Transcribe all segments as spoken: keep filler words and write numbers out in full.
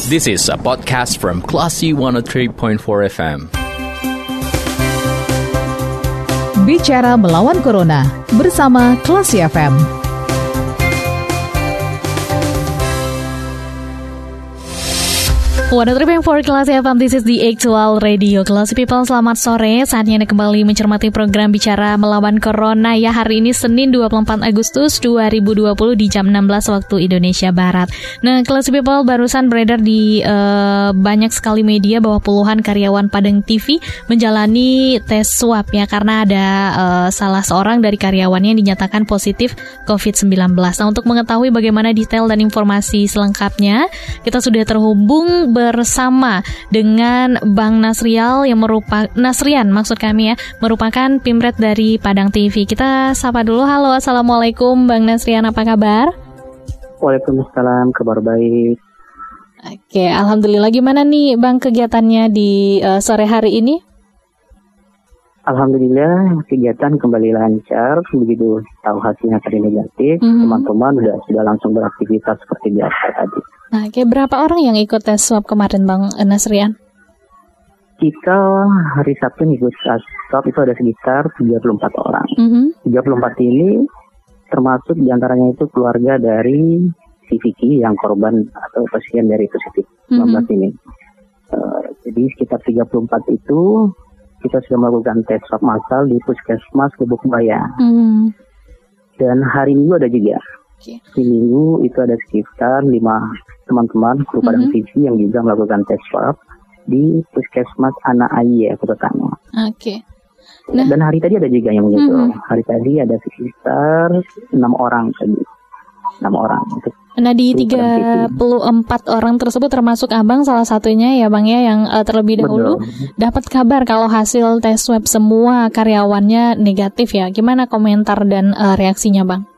This is a podcast from Classy one oh three point four F M. Bicara melawan Corona bersama Classy F M. one oh three point four Classy F M, this is the actual radio. Classy people, selamat sore. Saatnya Anda kembali mencermati program Bicara Melawan Corona ya. Hari ini Senin dua puluh empat Agustus dua ribu dua puluh di jam enam belas waktu Indonesia Barat. Nah, Classy people, barusan beredar di uh, banyak sekali media bahwa puluhan karyawan Padang T V menjalani tes swab ya, karena ada uh, salah seorang dari karyawannya yang dinyatakan positif covid sembilan belas. Nah, untuk mengetahui bagaimana detail dan informasi selengkapnya, kita sudah terhubung bersama dengan Bang Nasrial yang merupakan Nasrian maksud kami ya, merupakan Pimret dari Padang T V. Kita sapa dulu. Halo, assalamualaikum Bang Nasrian, apa kabar? Waalaikumsalam, kabar baik. Oke, alhamdulillah. Gimana nih Bang kegiatannya di uh, sore hari ini? Alhamdulillah kegiatan kembali lancar. Begitu tahu hasilnya tadi negatif, mm-hmm. teman-teman sudah sudah langsung beraktivitas seperti biasa tadi. Nah, kayak berapa orang yang ikut tes swab kemarin Bang Nasrian? Kita hari Sabtu ikut tes swab itu ada sekitar tiga puluh empat orang. Mm-hmm. tiga puluh empat ini termasuk diantaranya itu keluarga dari si Vicky yang korban atau pasien dari positif sembilan belas mm-hmm. ini. Uh, jadi sekitar tiga puluh empat itu kita sudah melakukan tes swab massal di Puskesmas Lubukbaya. Mm-hmm. Dan hari Minggu ada juga. Okay. Di Minggu itu ada sekitar lima teman-teman kru Padang T V mm-hmm. yang juga melakukan tes swab di Puskesmas Anak Ayi ya, Kota Tanggung. Oke. Okay. Nah. Dan hari tadi ada juga yang begitu. Mm-hmm. Hari tadi ada sekitar enam orang tadi. enam orang. Nah, di tiga puluh empat orang tersebut termasuk Abang salah satunya ya Bang ya, yang uh, terlebih dahulu Betul. dapat kabar kalau hasil tes swab semua karyawannya negatif ya. Gimana komentar dan uh, reaksinya Bang?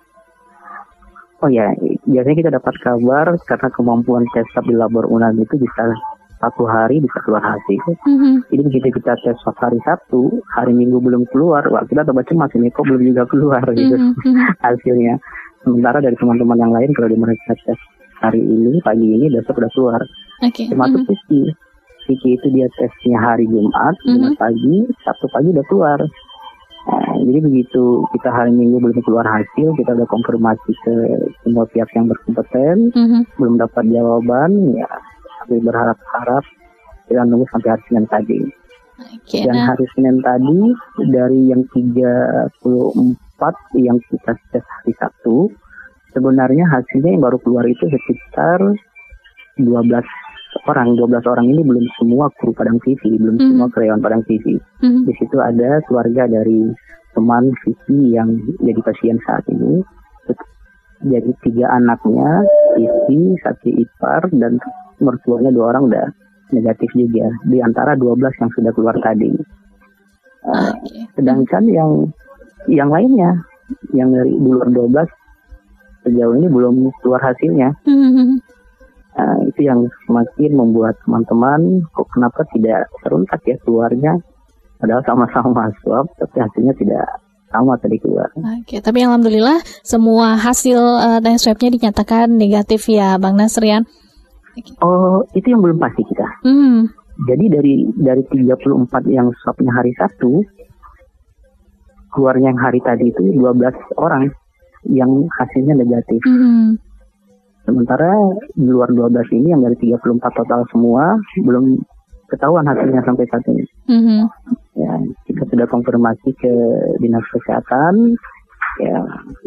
Oh ya, biasanya kita dapat kabar karena kemampuan tes swab di labor Unan itu bisa satu hari bisa keluar hasil. Mm-hmm. Jadi begitu kita tes swab hari Sabtu, hari Minggu belum keluar, wah kita tambah cemas ini kok belum juga keluar gitu mm-hmm. hasilnya. Sementara dari teman-teman yang lain kalau di mereka tes hari ini, pagi ini, besok udah keluar. Okay. Termasuk mm-hmm. Vicky. Vicky itu dia tesnya hari Jumat, mm-hmm. Jumat pagi, Sabtu pagi udah keluar. Nah, jadi begitu kita hari Minggu belum keluar hasil, kita udah konfirmasi ke semua pihak yang berkompeten, mm-hmm. belum dapat jawaban, ya tapi berharap-harap kita nunggu sampai hari Senin tadi. Okay, Dan nah. hari Senin tadi dari yang tiga puluh empat yang kita tes hari Sabtu, sebenarnya hasilnya yang baru keluar itu sekitar dua belas orang. dua belas orang ini belum semua kru Padang T V, belum mm-hmm. semua karyawan Padang T V. Mm-hmm. Di situ ada keluarga dari teman Vicky yang jadi pasien saat ini. Jadi tiga anaknya, istri, satu ipar, dan mertuanya dua orang udah negatif juga. Di antara dua belas yang sudah keluar tadi. Uh, okay. Sedangkan yang yang lainnya, yang dari dua belas sejauh ini belum keluar hasilnya. Mm-hmm. Uh, itu yang semakin membuat teman-teman kok kenapa tidak serentak ya keluarnya, padahal sama-sama swab tapi hasilnya tidak sama tadi keluar. Oke, tapi alhamdulillah semua hasil uh, tes swabnya dinyatakan negatif ya Bang Nasrian. Oh, itu yang belum pasti kita. Mm. Jadi dari dari tiga puluh empat yang swabnya hari Sabtu, keluarnya yang hari tadi itu dua belas orang yang hasilnya negatif. Mm. Sementara di luar dua belas ini yang dari tiga puluh empat total semua belum ketahuan hasilnya sampai saat ini. Mm-hmm. Ya, kita sudah konfirmasi ke Dinas Kesehatan. Ya,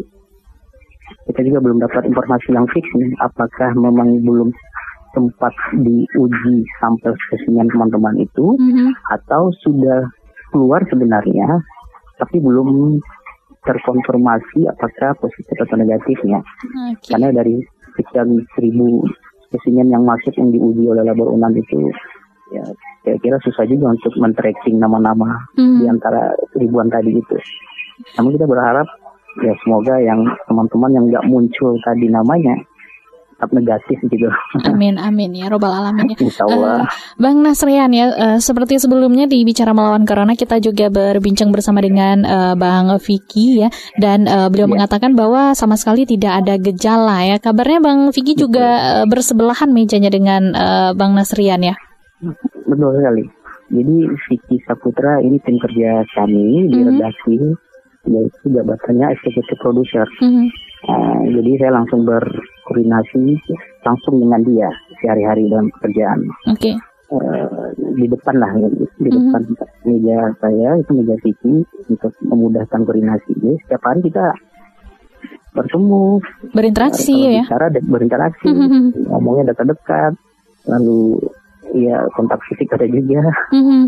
kita juga belum dapat informasi yang fix nih, apakah memang belum sempat diuji sampel spesimen teman-teman itu, mm-hmm. atau sudah keluar sebenarnya, tapi belum terkonfirmasi apakah positif atau negatifnya. Okay. Karena dari sekian seribu spesimen yang masuk yang diuji oleh labor Unan itu, ya kira-kira susah juga untuk men-tracking nama-nama mm. di antara ribuan tadi itu. Namun kita berharap ya semoga yang teman-teman yang nggak muncul tadi namanya tetap negatif gitu. Amin, amin ya robbal alamin ya. Insya Allah. Uh, Bang Nasrian ya, uh, seperti sebelumnya di Bicara Melawan Corona kita juga berbincang bersama dengan uh, Bang Vicky ya, dan uh, beliau yeah. mengatakan bahwa sama sekali tidak ada gejala ya. Kabarnya Bang Vicky juga uh, bersebelahan mejanya dengan uh, Bang Nasrian ya. Betul sekali. Jadi Vicky Saputra ini tim kerja kami di mm-hmm. redaksi, yaitu jabatannya executive producer. Mm-hmm. Uh, jadi saya langsung berkoordinasi langsung dengan dia sehari-hari dalam pekerjaan. Oke. Okay. Uh, di depan lah, di depan mm-hmm. meja saya itu meja Vicky untuk memudahkan koordinasi. Jadi setiap hari kita bertemu, berinteraksi uh, ya. Bicara, berinteraksi, mm-hmm. ngomongnya dekat-dekat, lalu ya kontak fisik ada juga. Mm-hmm.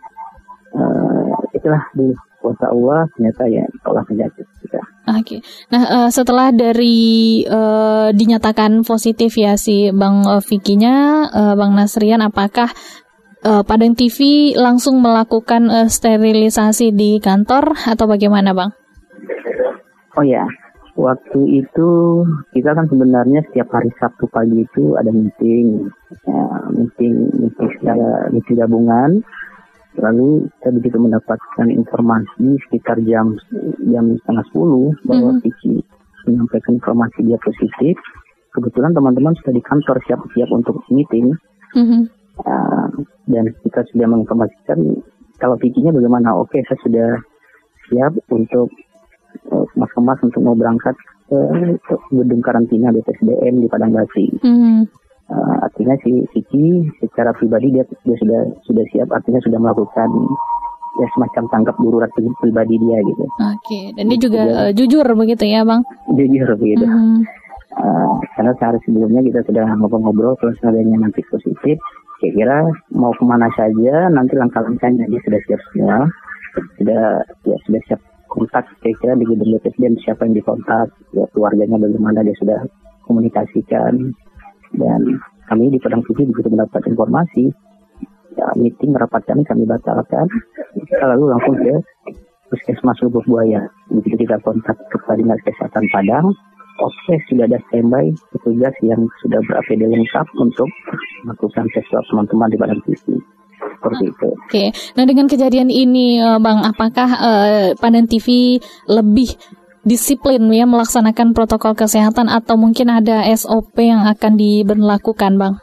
Uh, itulah di kuasa Allah ternyata ya olah penyakit kita. Oke. Okay. Nah uh, setelah dari uh, dinyatakan positif ya si Bang uh, Vicky-nya, uh, Bang Nasrian, apakah uh, Padang T V langsung melakukan uh, sterilisasi di kantor atau bagaimana Bang? Oh ya, waktu itu kita kan sebenarnya setiap hari Sabtu pagi itu ada meeting, ya, meeting meeting secara meeting gabungan. Lalu saya begitu mendapatkan informasi sekitar jam jam setengah sepuluh bahwa mm-hmm. Vicky menyampaikan informasi dia positif. Kebetulan teman-teman sudah di kantor siap-siap untuk meeting, mm-hmm. uh, dan kita sudah menginformasikan kalau Vicky-nya bagaimana. Oke, saya sudah siap untuk uh, kemas-kemas untuk mau berangkat ke, ke gedung karantina B P S D M di Padang Basi. Mm-hmm. Uh, artinya si Vicky secara pribadi dia, dia sudah sudah siap, artinya sudah melakukan ya semacam tangkap darurat pribadi dia gitu. Oke, okay. Dan dia juga dia, uh, jujur begitu ya Bang? Jujur begitu. Mm-hmm. Uh, karena sehari sebelumnya kita sudah ngobrol-ngobrol kalau seandainya nanti positif, kira-kira mau kemana saja, nanti langkah-langkahnya dia sudah siap semua, sudah ya sudah siap kontak kira-kira di gedung B P S D M siapa yang dikontak, ya keluarganya bagaimana dia sudah komunikasikan. Dan kami di Padang T V begitu mendapat informasi, ya, meeting rapat kami kami batalkan, kita lalu langsung ke Puskesmas Lubuk Buaya. Begitu kita kontak kepada Dinas Kesehatan Padang, oke sudah ada standby petugas yang sudah ber-A P D lengkap untuk melakukan tes swab teman-teman di Padang T V. Seperti itu. Oke, okay. Nah dengan kejadian ini, Bang, apakah uh, Padang T V lebih disiplin ya melaksanakan protokol kesehatan atau mungkin ada S O P yang akan diberlakukan Bang?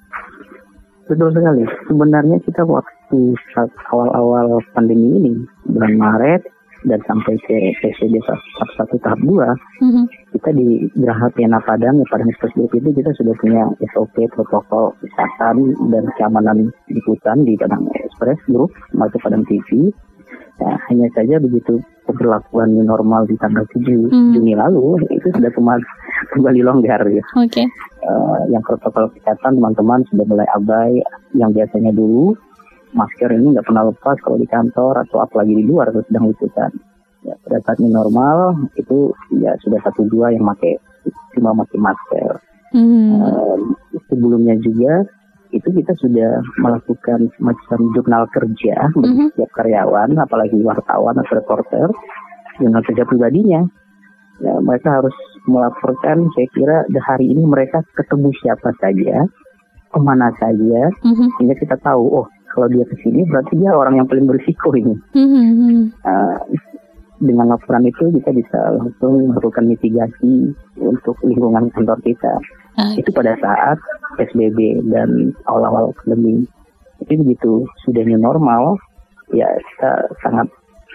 Betul sekali. Sebenarnya kita waktu saat awal-awal pandemi ini bulan Maret dan sampai ke P S B B tahap satu tahap dua, mm-hmm. kita di Geraha Pena Padang, ya Padang Express Group itu kita sudah punya S O P protokol kesehatan dan keamanan liputan di Padang Express Group maupun Padang T V. Ya, hanya saja begitu pemberlakuan new normal di tanggal tujuh hmm. Juni lalu itu sudah kembali, kembali longgar ya. Oke. Okay. Uh, yang protokol kesehatan teman-teman sudah mulai abai. Yang biasanya dulu masker ini nggak pernah lepas kalau di kantor atau apalagi di luar atau sedang liputan. Ya, pada saat new normal itu ya sudah satu dua yang pakai cuma pakai masker. Hmm. Uh, sebelumnya juga itu kita sudah melakukan semacam jurnal kerja bagi mm-hmm. setiap karyawan, apalagi wartawan atau reporter, jurnal kerja pribadinya. Ya, mereka harus melaporkan, saya kira hari ini mereka ketemu siapa saja, kemana saja, mm-hmm. sehingga kita tahu, oh kalau dia kesini berarti dia orang yang paling berisiko ini. Mm-hmm. Uh, dengan laporan itu kita bisa langsung melakukan mitigasi untuk lingkungan kantor kita. Uh. Itu pada saat P S B B dan awal-awal pandemi. Tapi begitu sudah new normal, ya kita sangat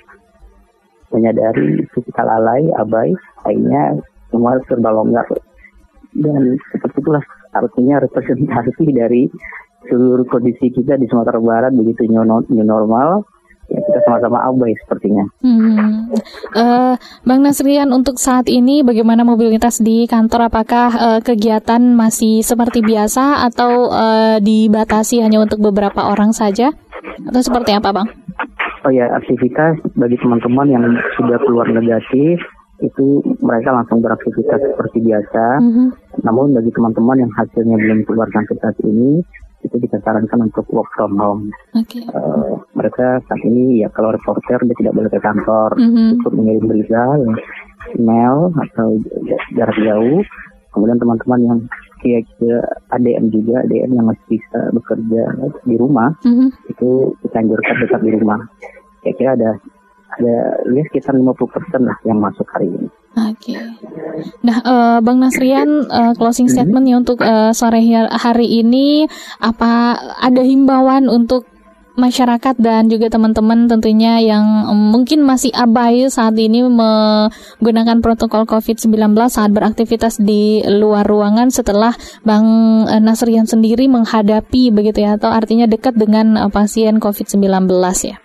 menyadari itu kita lalai, abai, akhirnya semua serba longgar. Dan seperti itulah artinya representasi dari seluruh kondisi kita di Sumatera Barat begitu new, new normal. Ya, kita sama-sama abai sepertinya. Hmm. Uh, Bang Nasrian, untuk saat ini bagaimana mobilitas di kantor? Apakah uh, kegiatan masih seperti biasa atau uh, dibatasi hanya untuk beberapa orang saja? Atau seperti apa, Bang? Oh ya, aktivitas bagi teman-teman yang sudah keluar negatif itu mereka langsung beraktivitas seperti biasa. Mm-hmm. Namun bagi teman-teman yang hasilnya belum keluar sampai saat ini, itu kita sarankan untuk work from home. Okay. Uh, mereka saat ini ya kalau reporter dia tidak boleh ke kantor, mm-hmm. untuk mengirim berita, email atau jarak jauh. Kemudian teman-teman yang kayak ke A D M juga, A D M yang masih bisa bekerja di rumah, mm-hmm. itu kita anjurkan tetap di rumah. Kira-kira ada ada ya sekitar lima puluh persen lah yang masuk hari ini. Oke. Okay. Nah, uh, Bang Nasrian, uh, closing statement-nya hmm. untuk uh, sore hari ini, apa ada himbauan untuk masyarakat dan juga teman-teman tentunya yang um, mungkin masih abai saat ini menggunakan protokol covid sembilan belas saat beraktivitas di luar ruangan setelah Bang uh, Nasrian sendiri menghadapi begitu ya, atau artinya dekat dengan uh, pasien covid sembilan belas ya?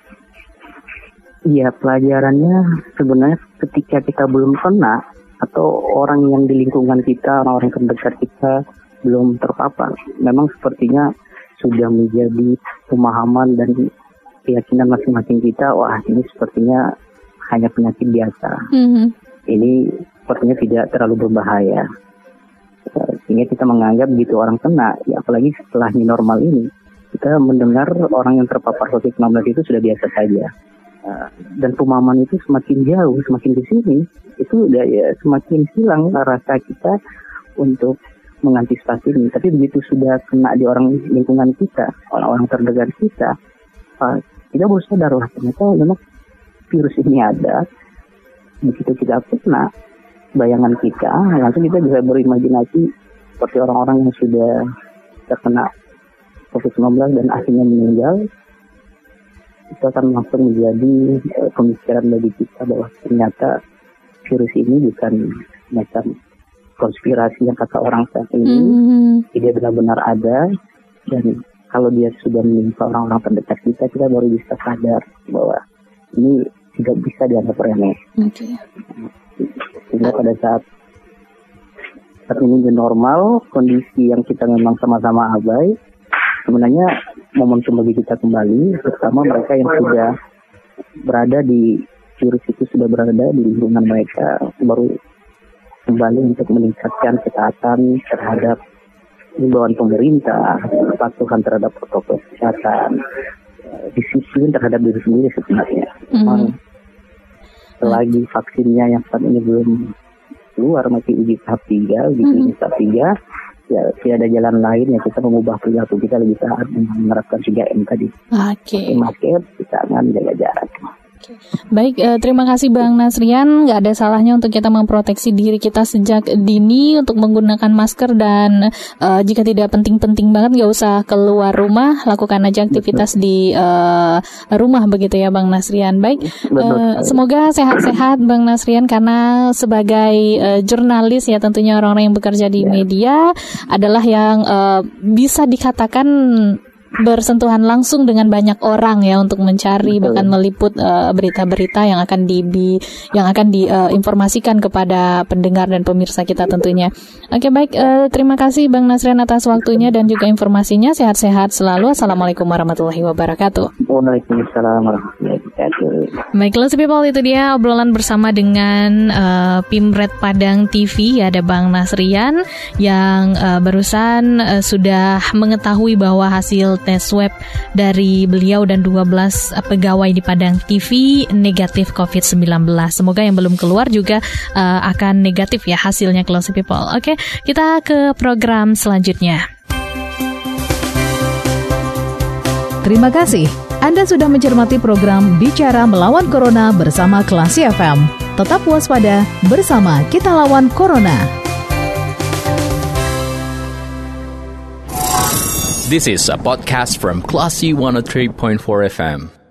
Iya, pelajarannya sebenarnya ketika kita belum kena atau orang yang di lingkungan kita, orang-orang terdekat kita belum terpapar, memang sepertinya sudah menjadi pemahaman dan keyakinan masing-masing kita, wah ini sepertinya hanya penyakit biasa. Mm-hmm. Ini sepertinya tidak terlalu berbahaya. Sehingga kita menganggap begitu orang kena, ya apalagi setelah new normal ini, kita mendengar orang yang terpapar covid sembilan belas itu sudah biasa saja. Dan pemahaman itu semakin jauh, semakin di sini, itu udah ya semakin hilang rasa kita untuk mengantisipasi ini. Tapi begitu sudah kena di orang lingkungan kita, orang-orang terdekat kita, kita baru sadar lah ternyata memang virus ini ada. Begitu kita kena, bayangan kita langsung kita bisa berimajinasi seperti orang-orang yang sudah terkena covid sembilan belas dan akhirnya meninggal. Itu akan langsung menjadi uh, pemikiran bagi kita bahwa ternyata virus ini bukan macam konspirasi yang kata orang saat ini, mm-hmm. dia benar-benar ada, dan kalau dia sudah menimpa orang-orang terdekat kita, kita baru bisa sadar bahwa ini tidak bisa dianggap remeh. Okay. Sehingga pada saat saat ini normal, kondisi yang kita memang sama-sama abai, sebenarnya momentum bagi kita kembali, terutama mereka yang sudah berada di virus itu, sudah berada di lingkungan mereka, baru kembali untuk meningkatkan ketaatan terhadap himbauan pemerintah, kepatuhan terhadap protokol kesehatan, disiplin terhadap diri sendiri sebenarnya. Mm-hmm. Selagi vaksinnya yang saat ini belum keluar, masih uji tahap tiga, uji klinis tahap tiga, ya tidak ada jalan lain ya kita mengubah perilaku kita lebih taat dengan menerapkan tiga M tadi. Oke. Okay. Masker, cuci tangan, jaga jarak. Okay. Baik, eh, terima kasih Bang Nasrian. Gak ada salahnya untuk kita memproteksi diri kita sejak dini untuk menggunakan masker dan eh, jika tidak penting-penting banget gak usah keluar rumah, lakukan aja aktivitas Betul. di eh, rumah begitu ya Bang Nasrian. Baik, eh, semoga sehat-sehat Bang Nasrian, karena sebagai eh, jurnalis ya tentunya orang-orang yang bekerja di ya. media adalah yang eh, bisa dikatakan bersentuhan langsung dengan banyak orang ya untuk mencari Betul. bahkan meliput uh, berita-berita yang akan di yang akan diinformasikan uh, kepada pendengar dan pemirsa kita tentunya. Oke, baik, uh, terima kasih Bang Nasrian atas waktunya dan juga informasinya. Sehat-sehat selalu. Assalamualaikum warahmatullahi wabarakatuh. Waalaikumsalam warahmatullahi wabarakatuh. Baik, Close People, itu dia obrolan bersama dengan uh, Pimret Padang T V. Ada Bang Nasrian yang uh, barusan uh, sudah mengetahui bahwa hasil tes swab dari beliau dan dua belas pegawai di Padang T V negatif covid sembilan belas. Semoga yang belum keluar juga uh, akan negatif ya hasilnya, Close People. Oke, kita ke program selanjutnya. Terima kasih. Anda sudah mencermati program Bicara Melawan Corona bersama Classy F M. Tetap waspada, bersama kita lawan Corona. This is a podcast from Classy one oh three point four F M.